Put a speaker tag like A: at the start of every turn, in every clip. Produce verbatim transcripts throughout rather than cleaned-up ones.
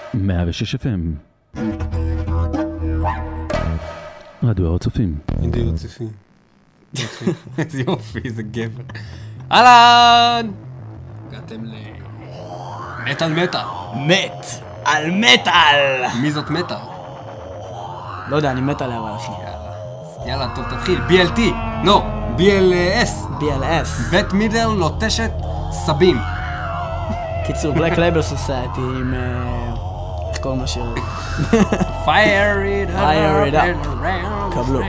A: מאה ושש אף אם רדיו הר הצופים.
B: רדיו הר הצופים. איזה יופי, איזה גבר. אהלן! הגעתם ל... מת על מטה.
C: מת על מטל!
B: מי זאת מטה?
C: לא יודע, אני מת עליה אבל אחי.
B: יאללה, טוב, תתחיל. בי אל טי. לא, בי אל אס.
C: בי אל אס.
B: בית מידל לוטשת סבים.
C: קיצור, Black Label Society עם... איך קוראים לשיר?
B: Fire it up.
C: Fire it up. קבלו.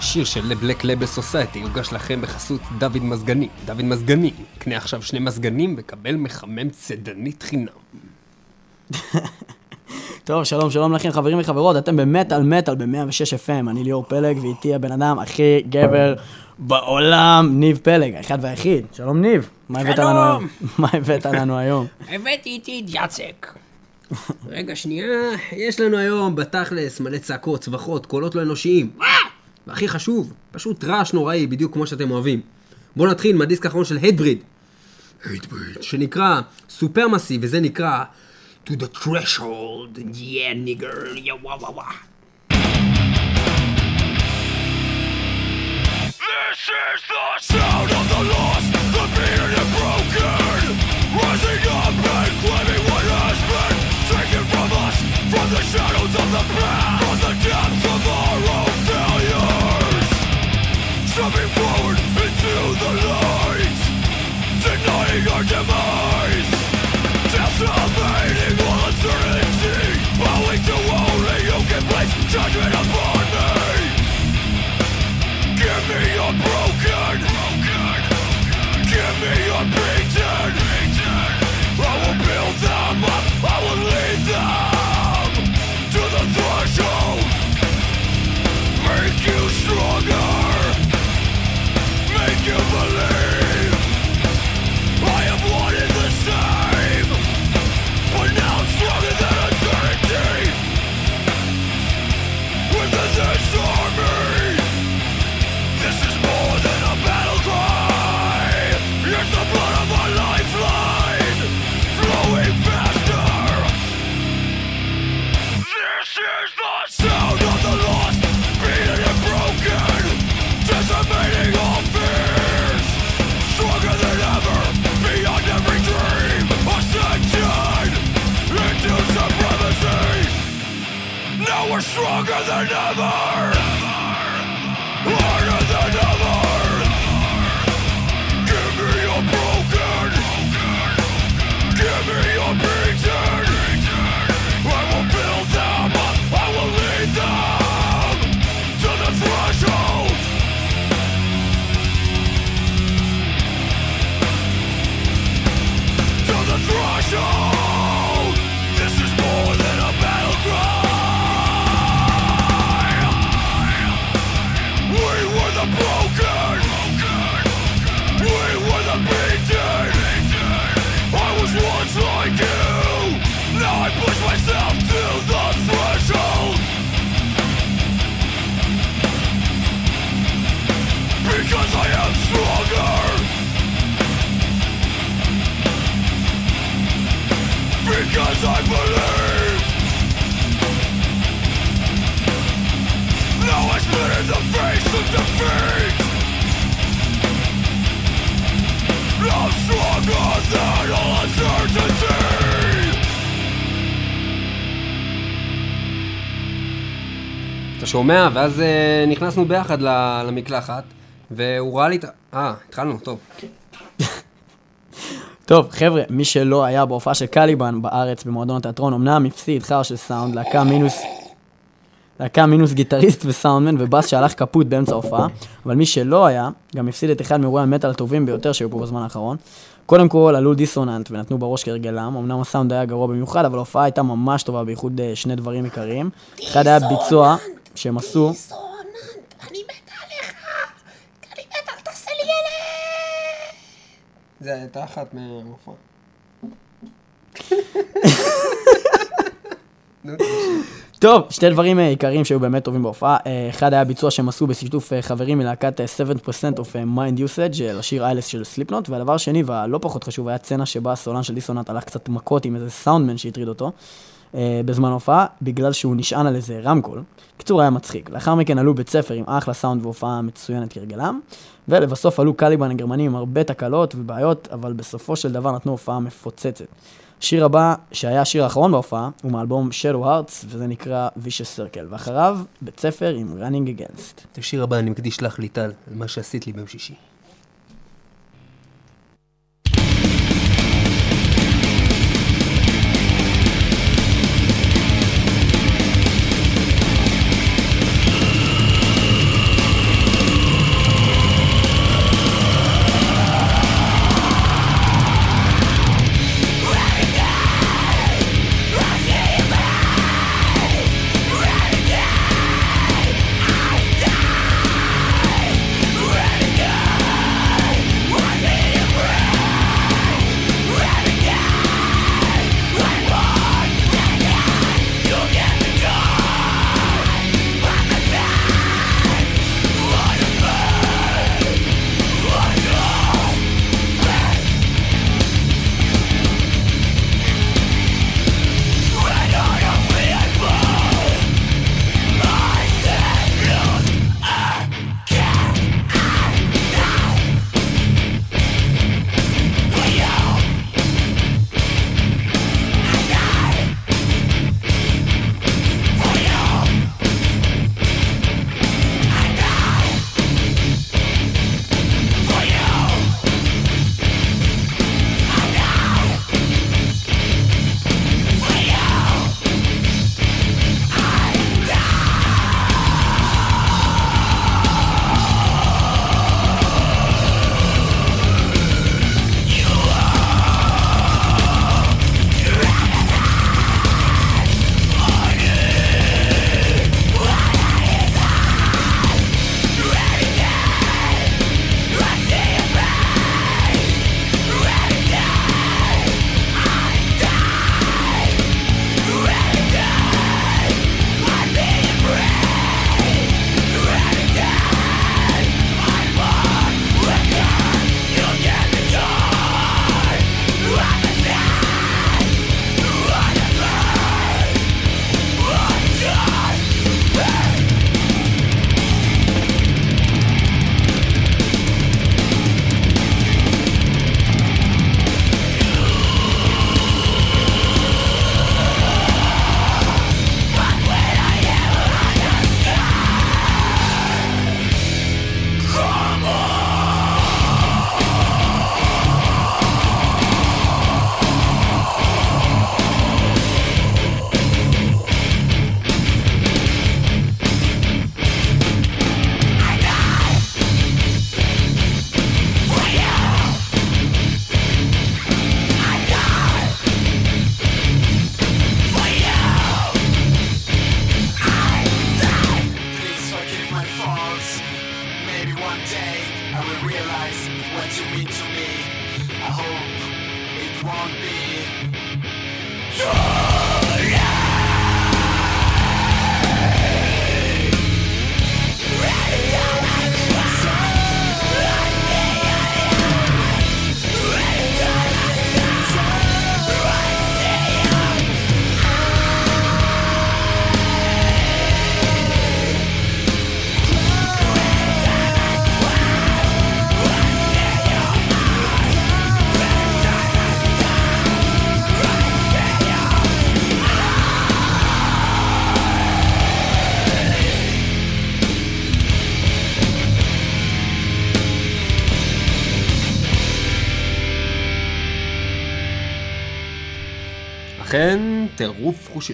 B: השיר של Black Label Society יוגש לכם בחסות דוד מזגני. דוד מזגני, קנה עכשיו שני מזגנים וקבל מחמם צדנית חינם.
C: טוב, שלום, שלום לכם חברים וחברות, אתם במטל מטל ב-מאה ושש אף אם, אני ליאור פלג ואיתי הבן אדם הכי גבר בעולם, ניב פלג, האחד והיחיד. שלום ניב, מה הבאת לנו היום? מה הבאת לנו היום?
B: הבאתי איתי את יצק. רגע שנייה, יש לנו היום בתכלס מלא צעקות, צווחות, קולות לא אנושיים. והכי חשוב, פשוט רעש נוראי, בדיוק כמו שאתם אוהבים. בואו נתחיל מהדיסק האחרון של Hatebreed. Hatebreed. שנקרא Supremacy, וזה נקרא To the Threshold. Yeah, nigger. Yeah, wah, wah, wah.
D: This is the sound of the lost, the beaten and broken. Rising up and claiming what has been taken from us, from the shadows of the past, from the depths of our own failures. Stepping forward into the light, denying our demise, decimating all uncertainty, bowing to only you can place judgment upon me. Give me your broken, give me your beaten. I will build them up, I will lead them to the threshold. Make you stronger, make you believe I have wanted the same, but now I'm stronger than eternity. Within this army, this is more than a battle cry. It's the blood of my lifeline, flowing faster. This is the sound of the lost, beaten and broken, decimating all fears. Stronger than ever, beyond every dream, ascension into supremacy. Now we're stronger than ever, harder than ever. Give me your broken, give me your beaten. I will build them up, I will lead them to the threshold. To the threshold. This is more than a battle cry. We were the broken, we were the beaten. I was once like you, now I push myself to the threshold. Because I am stronger, because I believe. Now I spit in the face of defeat. I'm stronger than all uncertainty.
B: אתה שומע? ואז uh, נכנסנו ביחד למקלחת, והוא ראה לי את... אה, התחלנו, טוב.
C: טוב, חבר'ה, מי שלא היה בהופעה של קליבן בארץ במועדון התיאטרון, אמנם הפסיד חר של סאונד, להקה מינוס... להקה מינוס גיטריסט וסאונדמן ובאס שהלך קפוט באמצע ההופעה, אבל מי שלא היה, גם הפסיד את אחד מאירועי המטל הטובים ביותר שהיו פה בזמן האחרון. קודם כל, עלו דיסוננט ונתנו בראש כרגלם, אמנם הסאונד היה גרוע במיוחד, אבל ההופעה הייתה ממש טובה, בייחוד שני דברים עיקריים. אחד היה ביצוע שהם עשו...
E: דיסוננט, אני מתה עליך, אני מתה, אל תעשה לי ילד.
B: זה הייתה אחת מההופעה.
C: טוב, שתי דברים עיקריים שהיו באמת טובים בהופעה. אחד היה ביצוע שהם עשו בשיתוף חברים מלהקת שבע פרסנט of Mind Usage לשיר איילס של סליפנוט, והדבר שני והלא פחות חשוב היה צנה שבה הסולן של דיסוננט הלך קצת מכות עם איזה סאונדמן שהטריד אותו בזמן ההופעה, בגלל שהוא נשען על איזה רמקול. קיצור היה מצחיק. לאחר מכן עלו בית ספר עם אחלה סאונד והופעה מצוינת כרגלם, ולבסוף עלו קליבן הגרמנים עם הרבה תקלות ובעיות, אבל בסופו של דבר נתנו הופעה מפוצצת. השיר הבא, שהיה השיר האחרון בהופעה, הוא מאלבום Shadow Hearts, וזה נקרא Vicious Circle, ואחריו בית ספר עם Running Against.
B: את השיר הבא אני מקדיש לך ליטל, על מה שעשית לי ביום שישי.
D: falls. Maybe one day I will realize what you mean to me. I hope it won't be true.
B: אכן, טירוף חושים.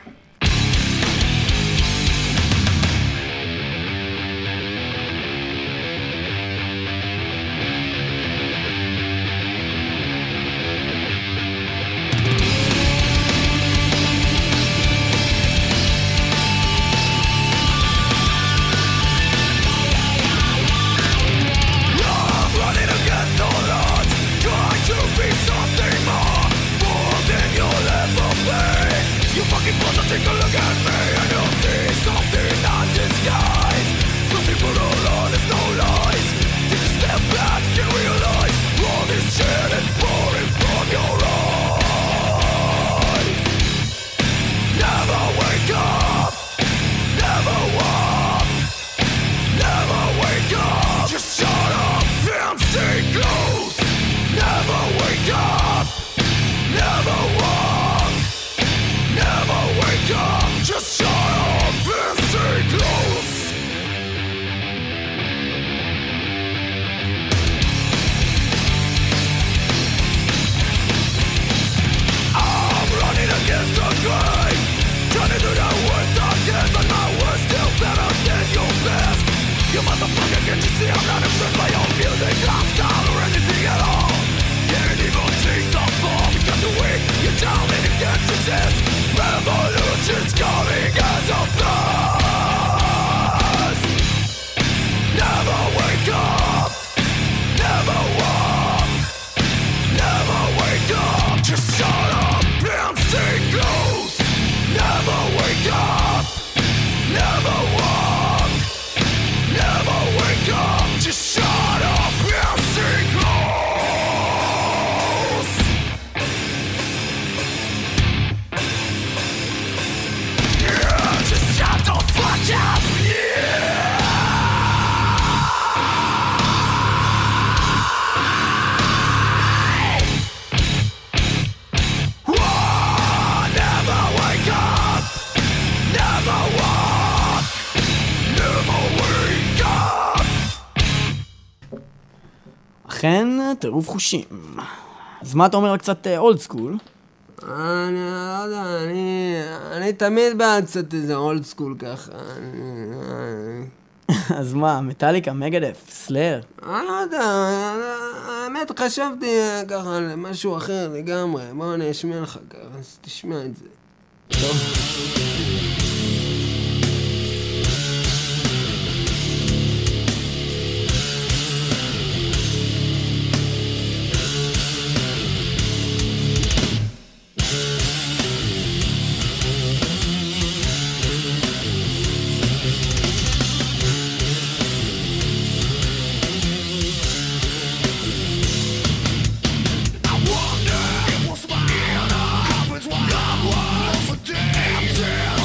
D: Take a look at me and you'll see something not disguised. Something brutal, honest, no lies. Take a step back and realize all this shit is pouring from your eyes. Never wake up, never walk, never wake up. Just shut up and stay close. Never wake up, never walk, never wake up. Just shut up and stay close. I'm running against the grain, trying to do the worst again, but my worst still better than your best. You motherfucker, can't you see I'm not impressed by your music, lifestyle, or anything at all? Can't even take the fall because the way you tell me to get resist. Revolution's coming at a fast. Never wake up, never walk, never wake up. Just shut up and stay close. Never wake up, never walk, never wake up. Just shut up and stay close. Yeah, just shut the fuck up. Yeah. Whoa, never wake up, never walk, never wake up.
C: אכן, טירוף חושים. אז מה אתה אומר על קצת אולד סקול?
B: אני לא יודע, אני... אני תמיד בעד קצת איזה אולד סקול ככה.
C: אז מה, מטאליקה, מגדף, סלאר?
B: אני לא יודע, האמת חשבתי ככה על משהו אחר לגמרי. בוא אני אשמיע לך ככה, אז תשמע את זה.
C: טוב.
D: Happens while I'm lost, damn, damn.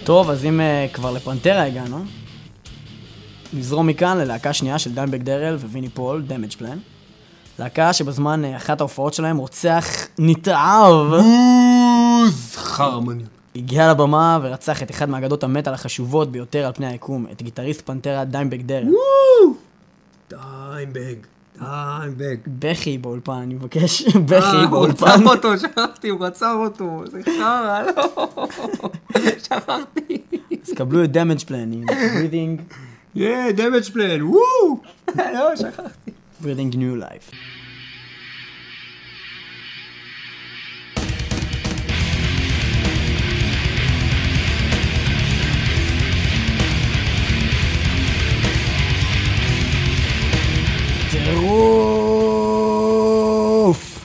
C: טוב, אז אם uh, כבר לפנטרה הגענו, נזרום מכאן ללהקה שנייה של דיימבג דרל וויני פול, דמג' פלן. להקה שבזמן uh, אחת ההופעות שלהם רוצח נתעב.
B: בוז! חרמני.
C: הגיע לבמה ורצח את אחד מאגדות המטל החשובות ביותר על פני היקום, את גיטריסט פנטרה דיימבג דרל.
B: דיימבג, דיימבג.
C: בכי באולפן, אני מבקש. בכי באולפן.
B: הוא רצח אותו, שכחתי, הוא רצח אותו. זה חרא, לא. שכחתי.
C: אז קבלו את דמג' פלן, עם breathing,
B: יא, דמג' פלן, וואו! לא, שכחתי.
C: breathing new life. טירוף!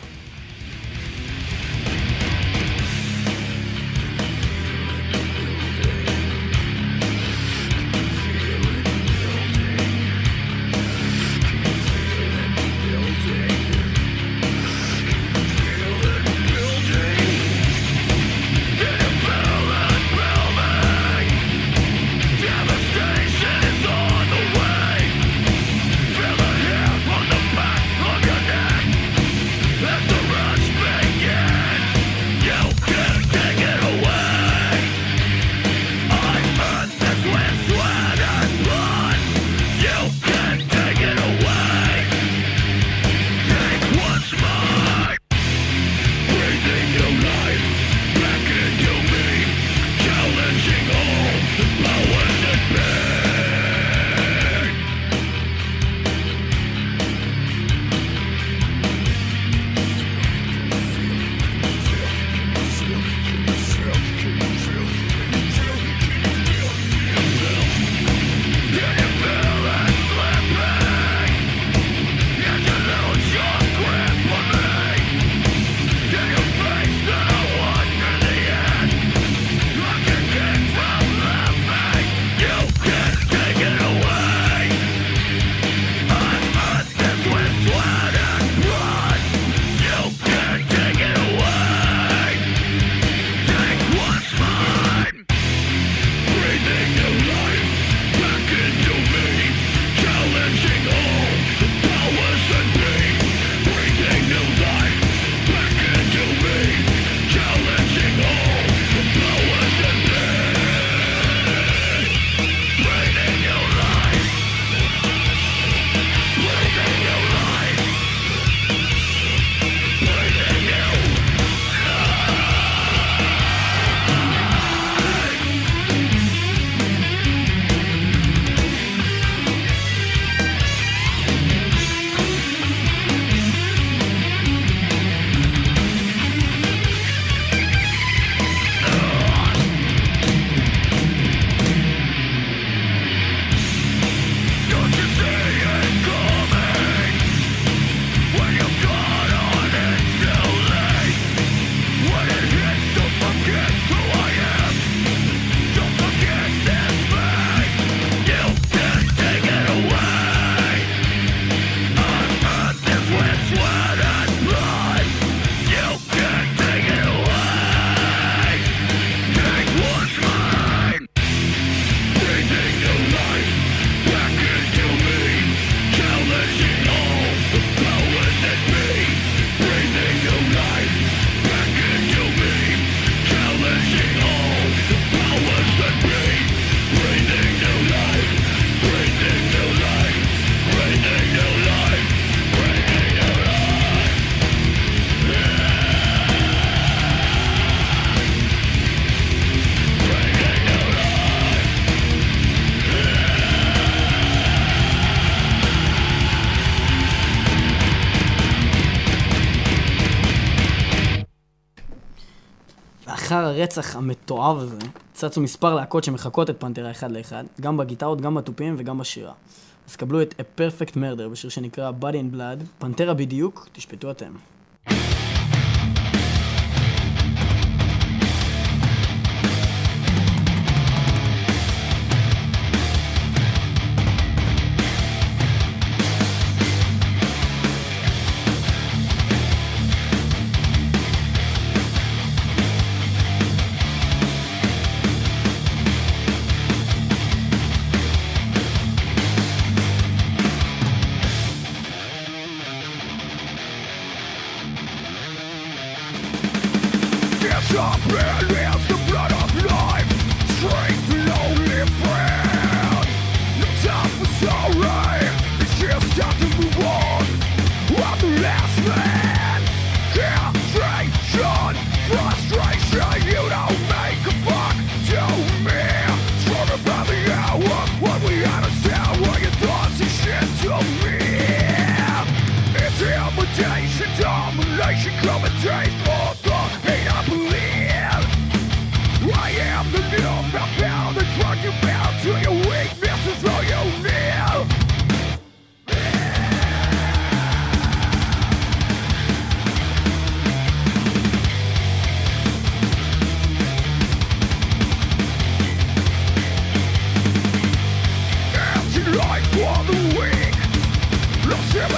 C: לאחר הרצח המתועב הזה, צצו מספר להקות שמחכות את פנטרה אחד לאחד, גם בגיטרות, גם בטופים וגם בשירה. אז קבלו את A Perfect Murder בשיר שנקרא Body and Blood, פנטרה בדיוק, תשפטו אתם.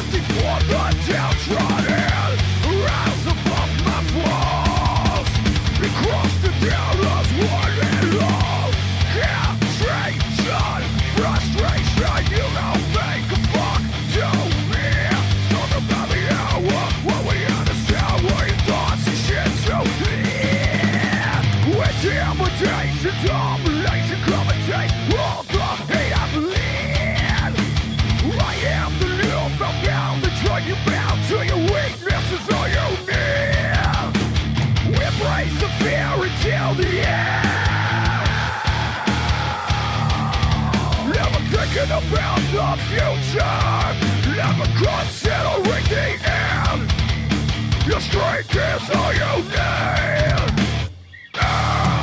D: Looking for the downtrodden, rise above my flaws. Across the downers, one and all. Frustration, frustration, you don't make a fuck to me. Talk about the hour, what we understand, what your thoughts and shit to me. With the imitation, domination, commentate, all the hate I bleed. I am the new found the drug you bound to your weaknesses, all you need. Embrace the fear until the end. Never thinking about the future, never considering the end. Your strength is all you need. Ah.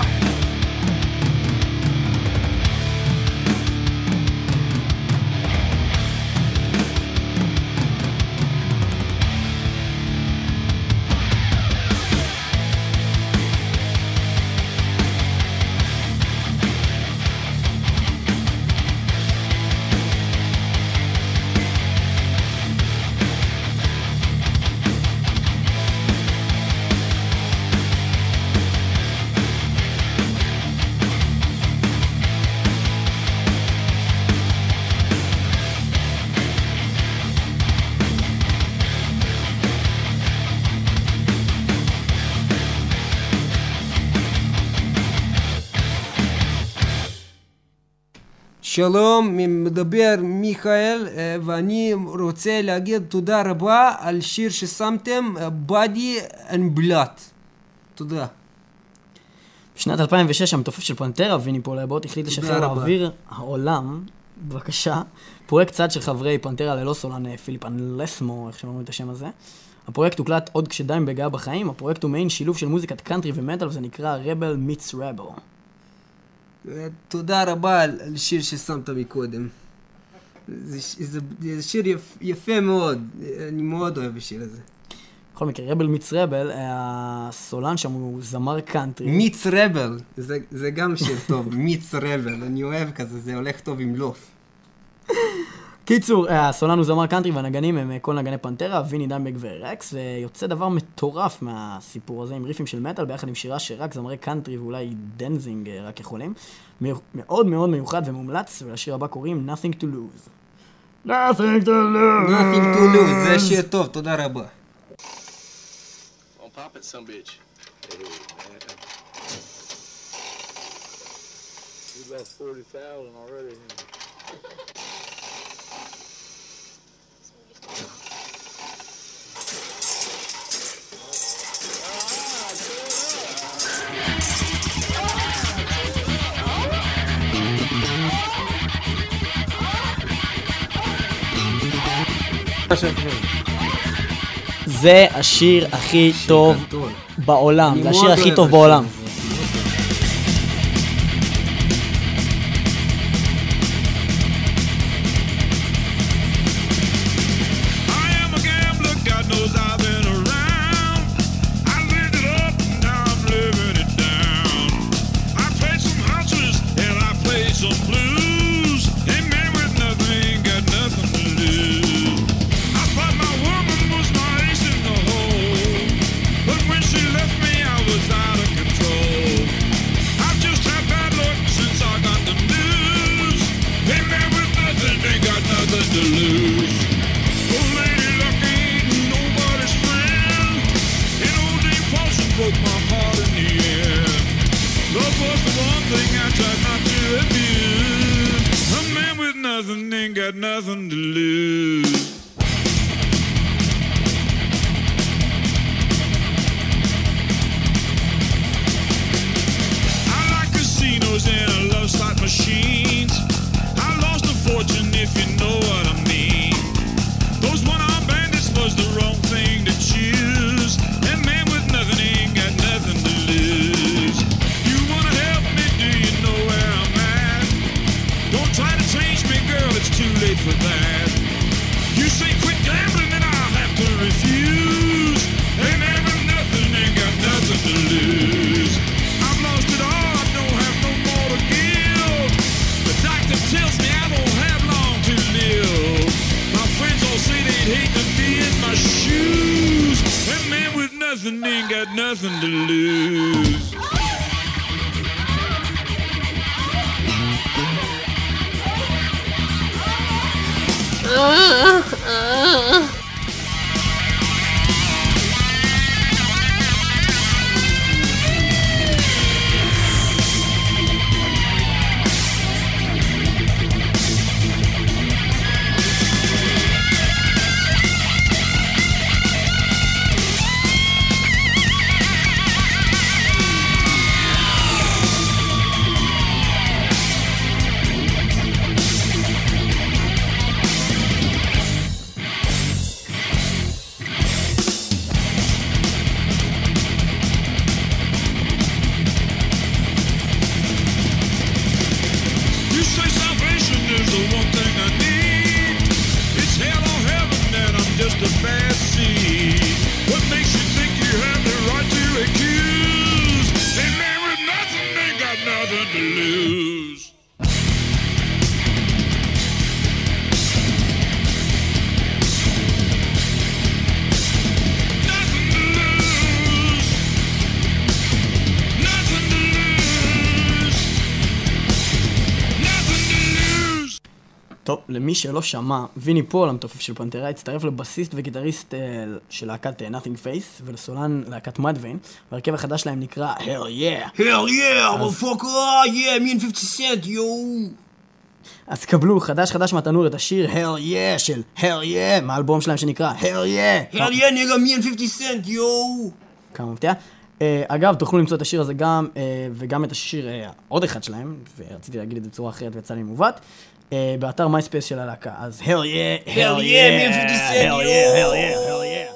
B: שלום, מדבר מיכאל, ואני רוצה להגיד תודה רבה על שיר ששמתם, Body and Blood. תודה.
C: בשנת אלפיים ושש המתופף של פנטרה, ויני פול אבוט, החליט לשחרר לאוויר העולם, בבקשה, פרויקט צד של חברי פנטרה ללא סולן פיליפן לסמו, איך שלא אומרים את השם הזה. הפרויקט הוקלט עוד כשדיים בגאה בחיים, הפרויקט הוא מעין שילוב של מוזיקת קאנטרי ומטל, וזה נקרא Rebel Meets Rebel.
B: תודה רבה על שיר ששמת מקודם. זה, זה, זה שיר יפ, יפה מאוד, אני מאוד אוהב השיר הזה.
C: בכל מקרה, רבל מיץ רבל, הסולן שם הוא זמר קאנטרי.
B: מיץ רבל, זה, זה גם שיר טוב, מיץ רבל, אני אוהב כזה, זה הולך טוב עם לוף.
C: קיצור, הסולן הוא זמר קאנטרי והנגנים הם כל נגני פנטרה, ויני דיימבג ורקס, ויוצא דבר מטורף מהסיפור הזה עם ריפים של מטל, ביחד עם שירה שרק זמרי קאנטרי ואולי דנזינג רק יכולים. מאוד מאוד מיוחד ומומלץ, ולשיר הבא קוראים Nothing to Lose. Nothing to lose.
B: Nothing to lose, זה שיר טוב, תודה רבה.
F: On pop it, some bitch. Hey, man. We left forty thousand already.
C: זה השיר הכי טוב בעולם, זה השיר הכי טוב בעולם.
D: Try to change me, girl, it's too late for that. You nothing to lose.
C: טוב, למי שלא שמע, ויני פול, המתופף של פנתרה, הצטרף לבסיסט וגיטריסט uh, של להקת uh, Nothing Face ולסולן להקת מדווין, והרכב החדש שלהם נקרא Hell Yeah.
B: Hell yeah, motherfucker, yeah, me and fifty cent, yo.
C: אז קבלו חדש חדש מהתנור את השיר Hell Yeah של Hell Yeah, מהאלבום שלהם שנקרא Hell Yeah.
B: Hell yeah, nigga, me and fifty cent, yo.
C: כמה מפתיע. Uh, אגב, תוכלו למצוא את השיר הזה גם, uh, וגם את השיר uh, עוד אחד שלהם, ורציתי להגיד את זה בצורה אחרת ויצא לי מעוות, uh, באתר מייספייס של הלהקה. אז Hell Yeah, Hell
B: yeah, me and fifty cent,
C: Hell
B: yo.
C: Yeah, Hell Yeah, Hell Yeah.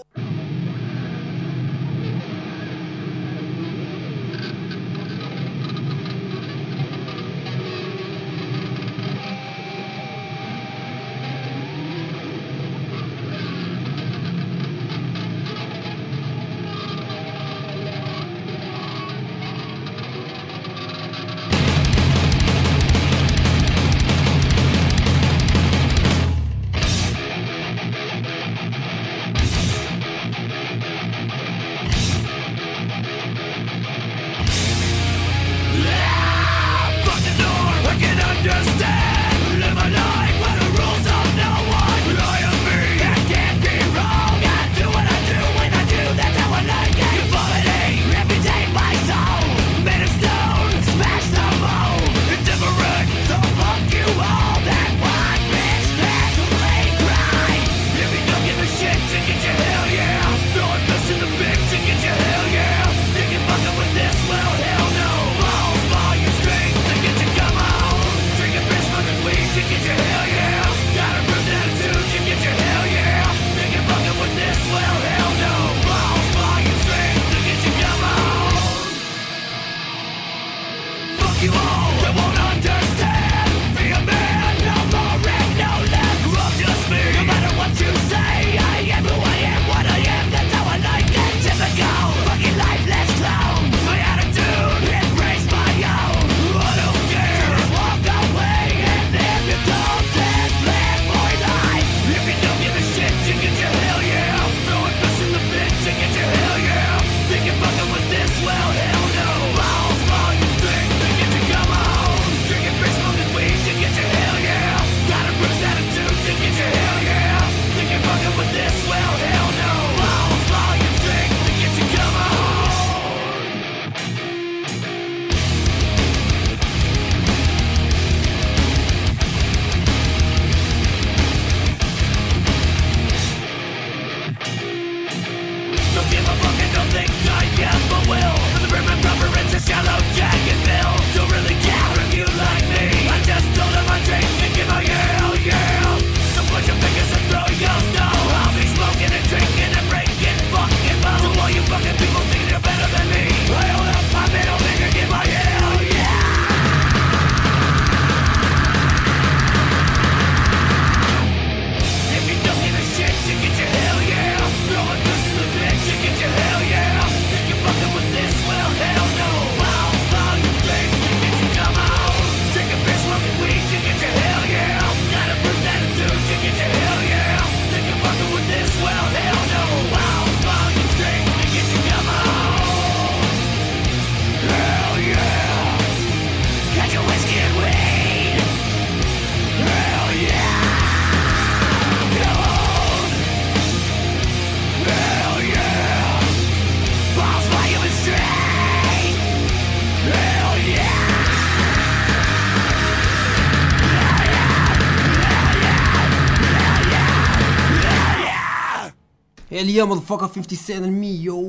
B: Hell yeah, motherfucker, fifty cent and me, yo.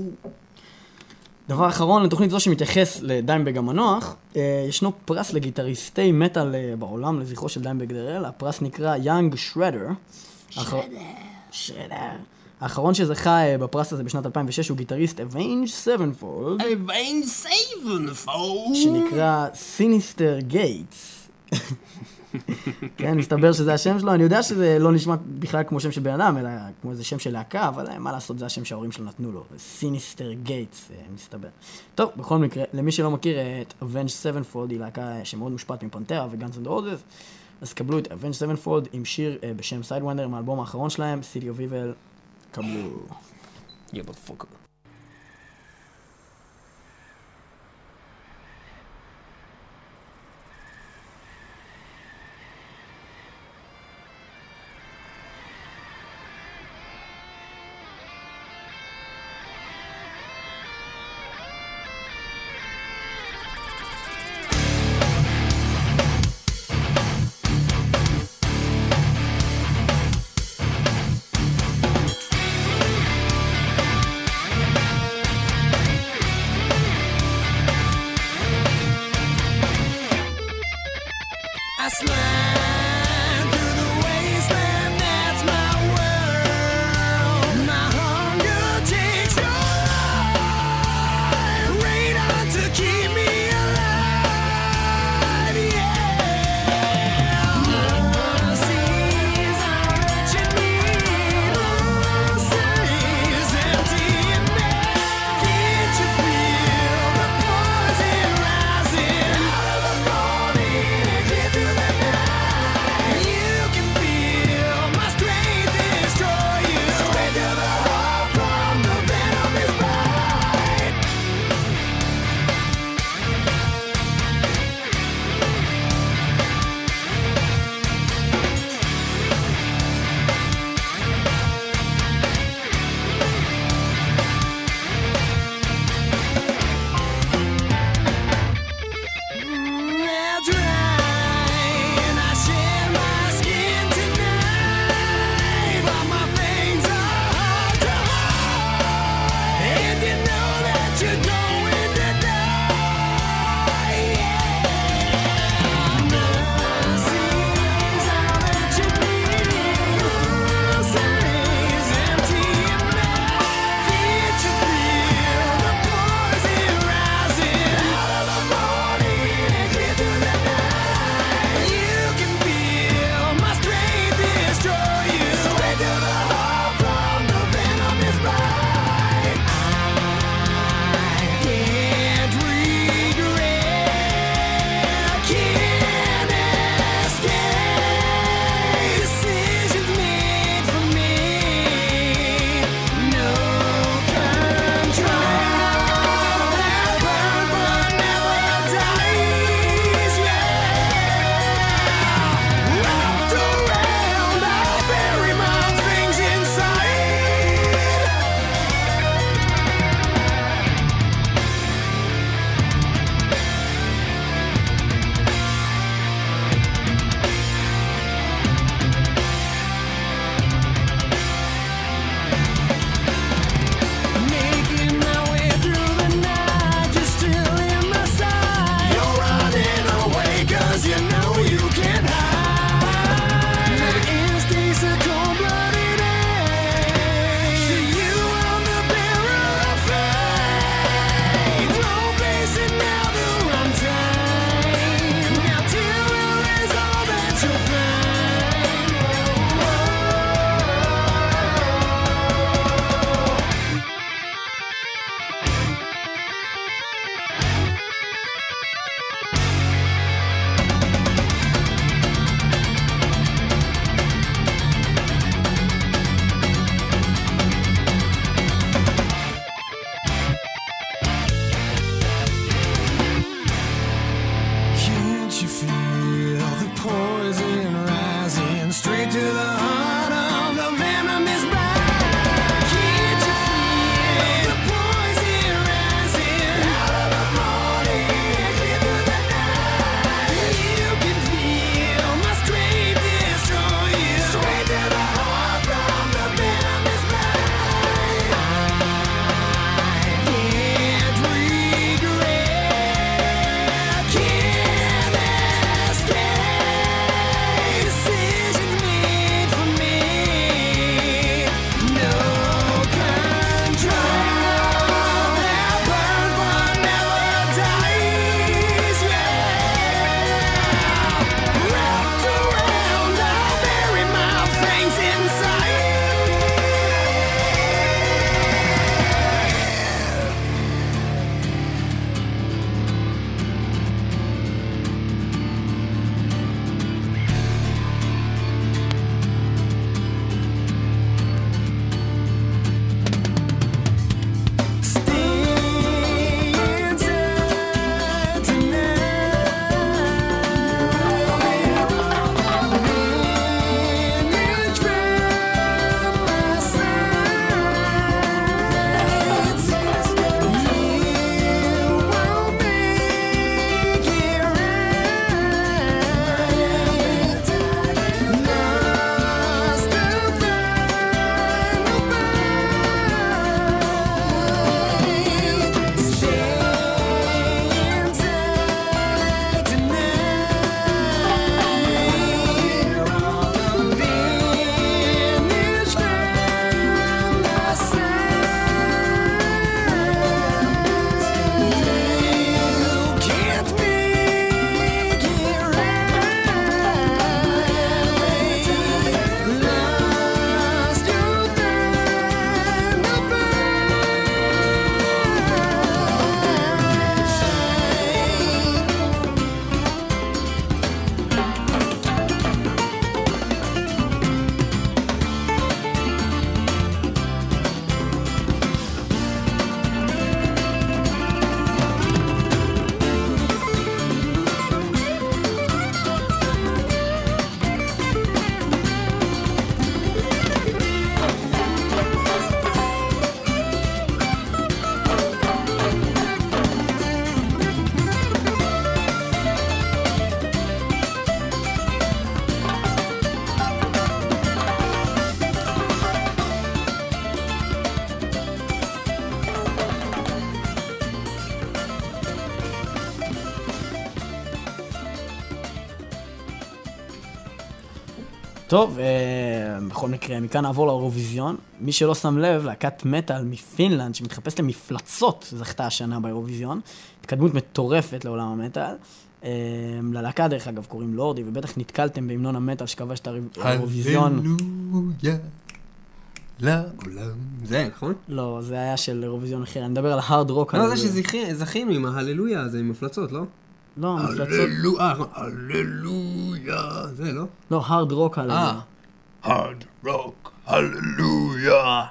C: דבר אחרון, לתוכנית זו שמתייחס לדיימבג המנוח, ישנו פרס לגיטריסטי מטל בעולם לזכרו של דיימבג דרל, הפרס נקרא יאנג שרדר. שרדר. שרדר. האחרון שזכה בפרס הזה בשנת אלפיים ושש הוא גיטריסט אביינג' סבנפולד.
B: אביינג' סבנפולד.
C: שנקרא סיניסטר גייטס. כן, מסתבר שזה השם שלו, אני יודע שזה לא נשמע בכלל כמו שם של בן אדם, אלא כמו איזה שם של להקה, אבל מה לעשות, זה השם שההורים שלו נתנו לו, סיניסטר גייטס, מסתבר. טוב, בכל מקרה, למי שלא מכיר את Avenged Sevenfold, היא להקה שמאוד מושפעת מפנטרה וגאנס אנד רוזס, אז קבלו את Avenged Sevenfold עם שיר בשם Sidewinder, מהאלבום האחרון שלהם, City of Evil, קבלו.
B: Yeah, but fuck.
D: Get to the night.
C: טוב, בכל מקרה, מכאן נעבור לאירוויזיון. מי שלא שם לב, להקת מטל מפינלנד שמתחפשת למפלצות זכתה השנה באירוויזיון. התקדמות מטורפת לעולם המטל. ללהקה דרך אגב קוראים לורדי, ובטח נתקלתם בהמנון המטל שכבש את האירוויזיון.
G: הללויה לעולם.
B: זה, נכון?
C: לא, זה היה של אירוויזיון אחר, אני מדבר על ההארד רוק.
B: לא, זה שזכינו עם ההללויה, זה עם מפלצות, לא?
C: לא, מפלצות.
G: הללויה, הללויה.
B: זה, לא?
C: לא, הארד רוק הללויה.
G: הרד רוק, הללויה.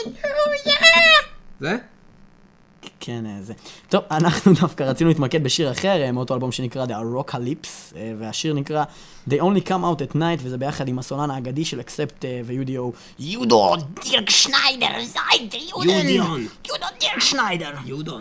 B: זה?
C: כן, זה. טוב, אנחנו דווקא רצינו להתמקד בשיר אחר, מאותו אלבום שנקרא The Apocalypse, והשיר נקרא They Only Come Out at Night, וזה ביחד עם הסולן האגדי של אקספט ו-יודו.
E: יודו, דירק שניידר, זייד,
B: יודיון.
E: יודו, דירק שניידר.
B: יודון.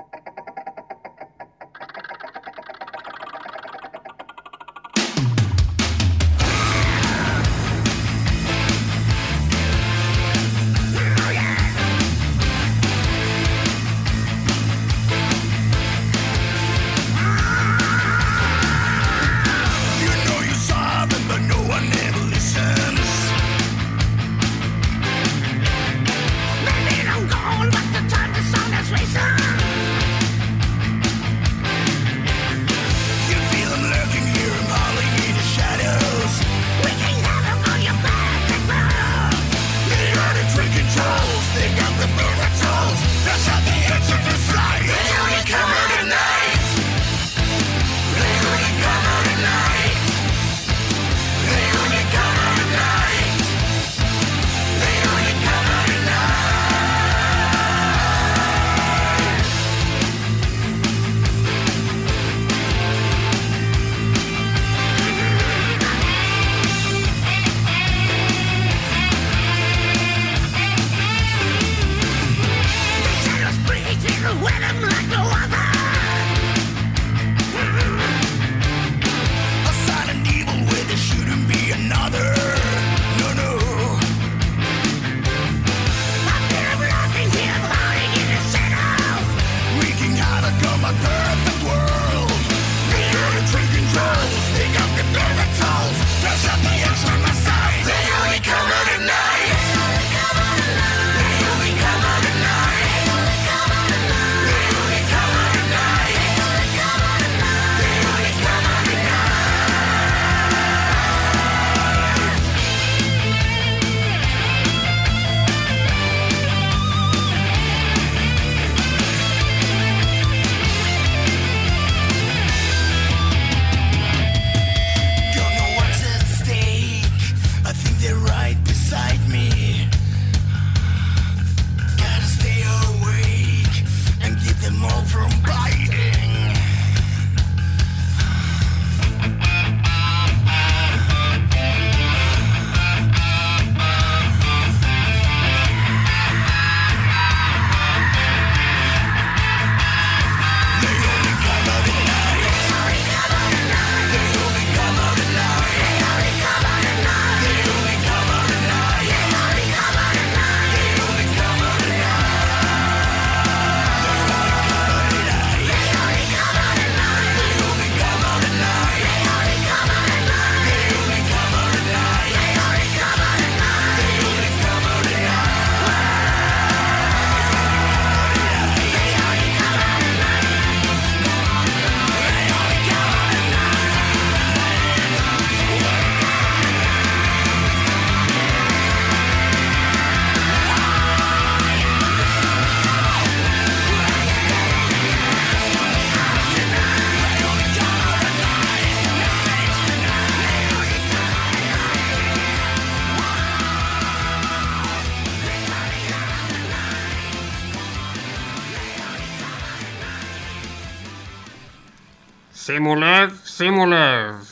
B: שימו לב, שימו לב.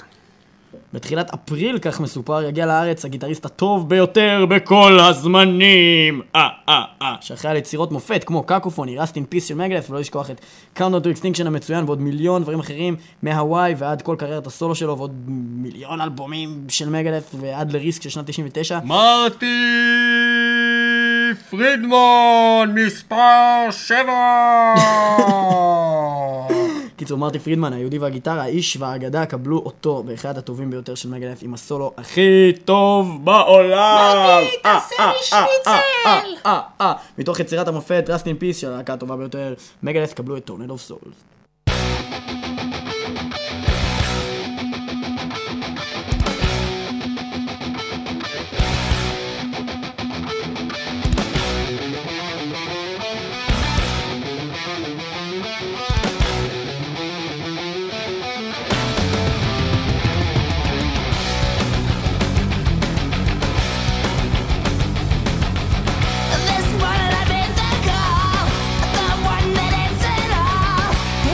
C: בתחילת אפריל, כך מסופר, יגיע לארץ הגיטריסט הטוב ביותר בכל הזמנים. אה, אה, אה. שאחראי על יצירות מופת כמו קקופוני, Rust in Peace של מגדף, ולא לשכוח את Countdown to Extinction המצוין, ועוד מיליון דברים אחרים מהוואי ועד כל קריירת הסולו שלו, ועוד מיליון אלבומים של מגדף, ועד לריסק של שנת תשעים ותשע.
B: מרטי פרידמן, מספר שבע.
C: קיצור, מרטי פרידמן, היהודי והגיטרה, האיש והאגדה, קבלו אותו באחד הטובים ביותר של מגדף עם הסולו הכי טוב בעולם.
E: מרטי, תעשה לי שניצל.
C: מתוך יצירת המופת, Rust in Peace של הלהקה הטובה ביותר, מגדף קבלו את Tornado of Souls.
H: This one I've been the call, the one that ends it all.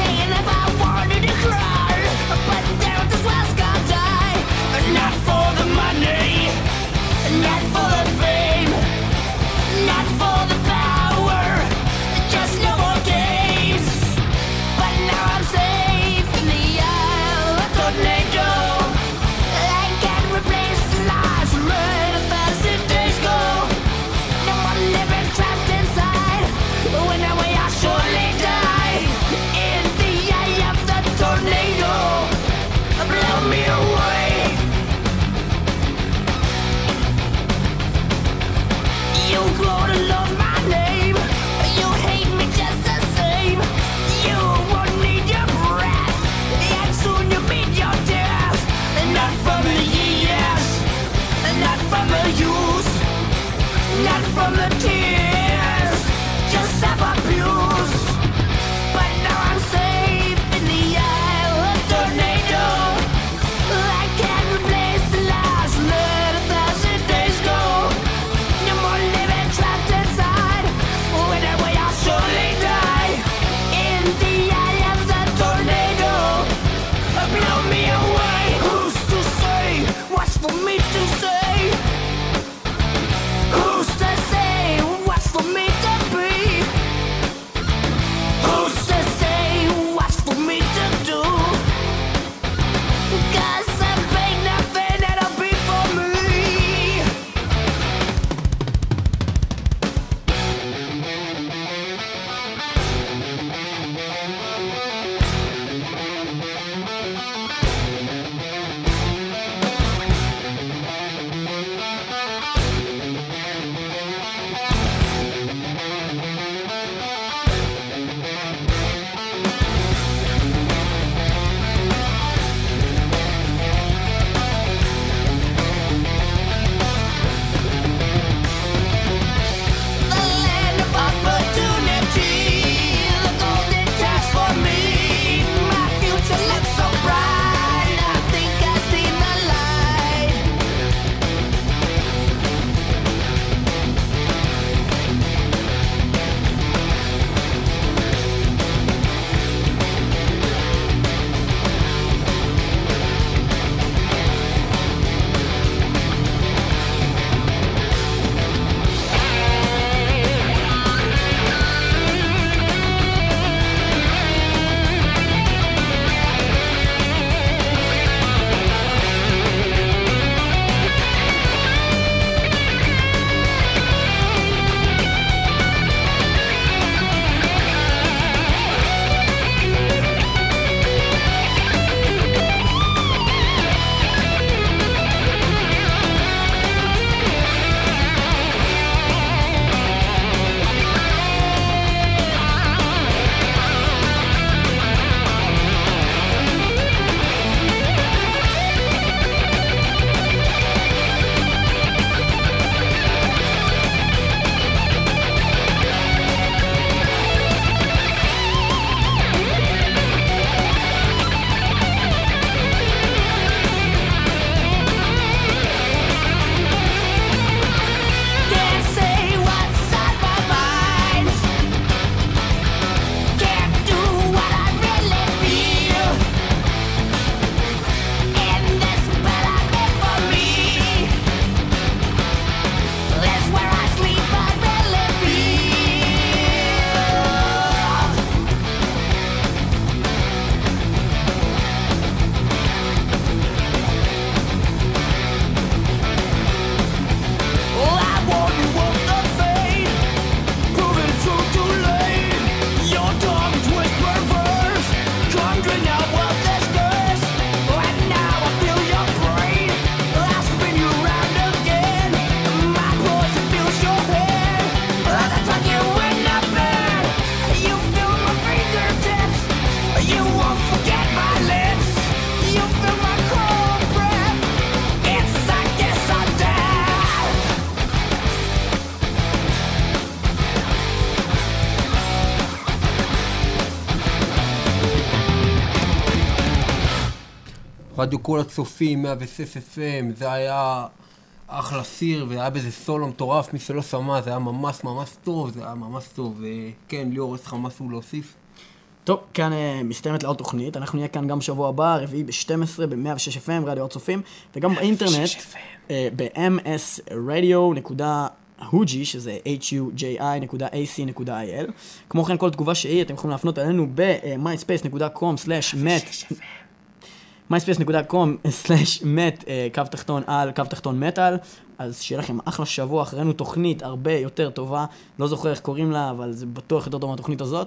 B: רדיו כל הצופים, מאה ושש אף אם, זה היה אחלה סיר, והיה בזה סולו מטורף, מי שלא שמע, זה היה ממש ממש טוב, זה היה ממש טוב, וכן, ליאור, יש לך משהו להוסיף?
C: טוב, כאן uh, מסתיימת לעוד תוכנית, אנחנו נהיה כאן גם שבוע הבא, רביעי ב-שתים עשרה ב-מאה ושש אף אם, רדיו עוד צופים, וגם באינטרנט, uh, ב-אם אס רדיו נקודה הוג'י, שזה אייץ' יו ג'יי איי נקודה איי סי נקודה איי אל. כמו כן, כל תגובה שהיא, אתם יכולים להפנות אלינו ב-myspace דוט קום סלאש met myspace דוט קום סלאש met קו תחתון על קו תחתון מטל. אז שיהיה לכם אחלה שבוע, אחרינו תוכנית הרבה יותר טובה, לא זוכר איך קוראים לה, אבל זה בטוח יותר טוב מהתוכנית הזאת.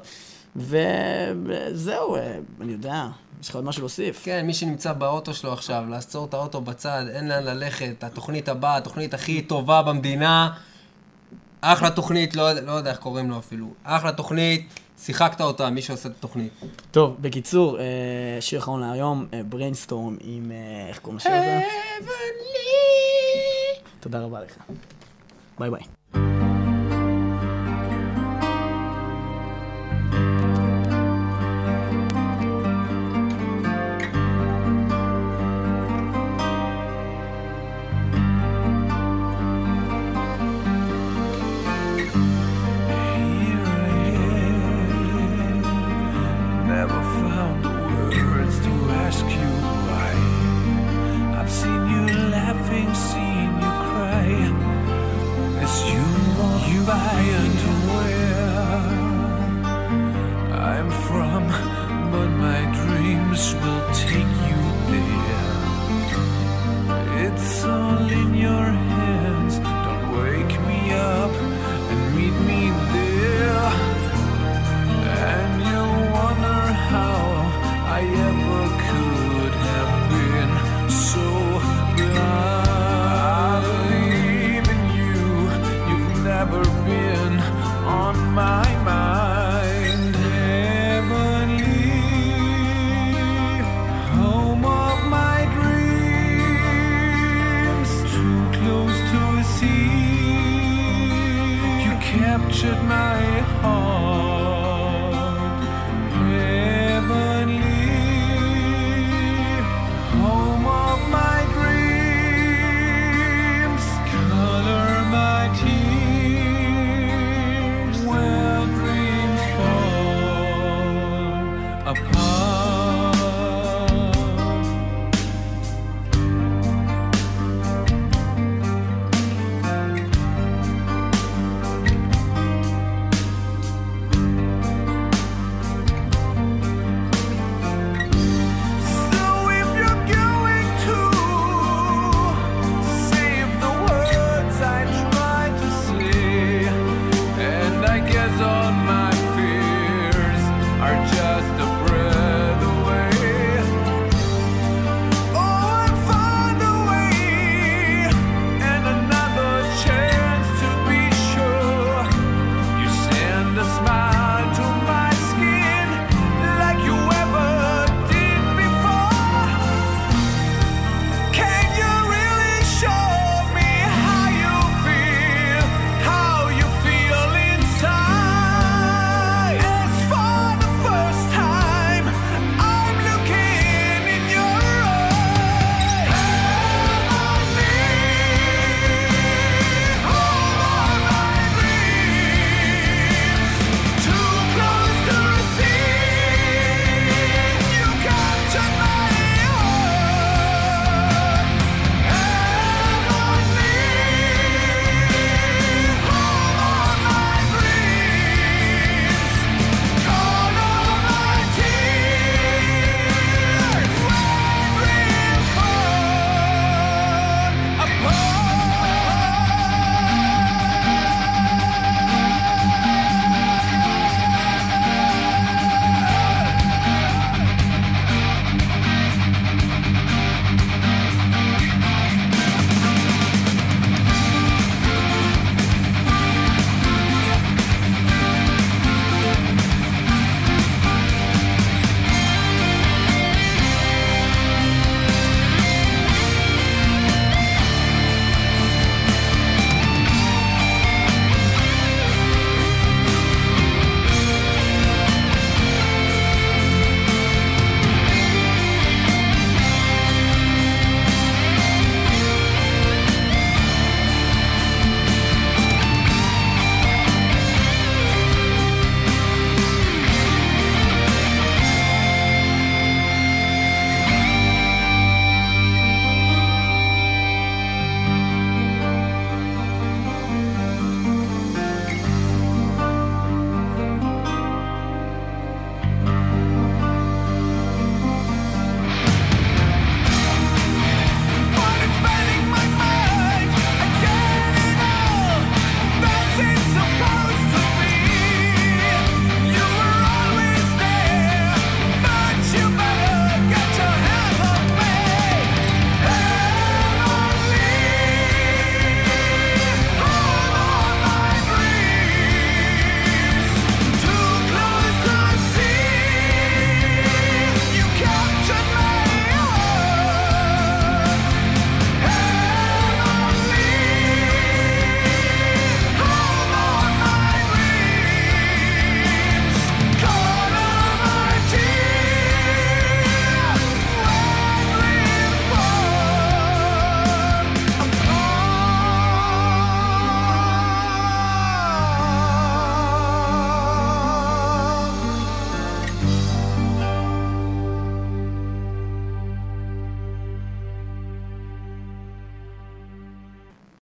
C: וזהו, אני יודע, יש לך עוד משהו להוסיף?
B: כן, מי שנמצא באוטו שלו עכשיו, לעצור את האוטו בצד, אין לאן ללכת, התוכנית הבאה, התוכנית הכי טובה במדינה, אחלה תוכנית, לא, לא יודע איך קוראים לו אפילו, אחלה תוכנית, שיחקת אותה, מי שעושה את התוכנית.
C: טוב, בקיצור, שיר אחרון להיום, בריינסטורם עם, איך קוראים לשיר הזה? תודה רבה לך. ביי ביי.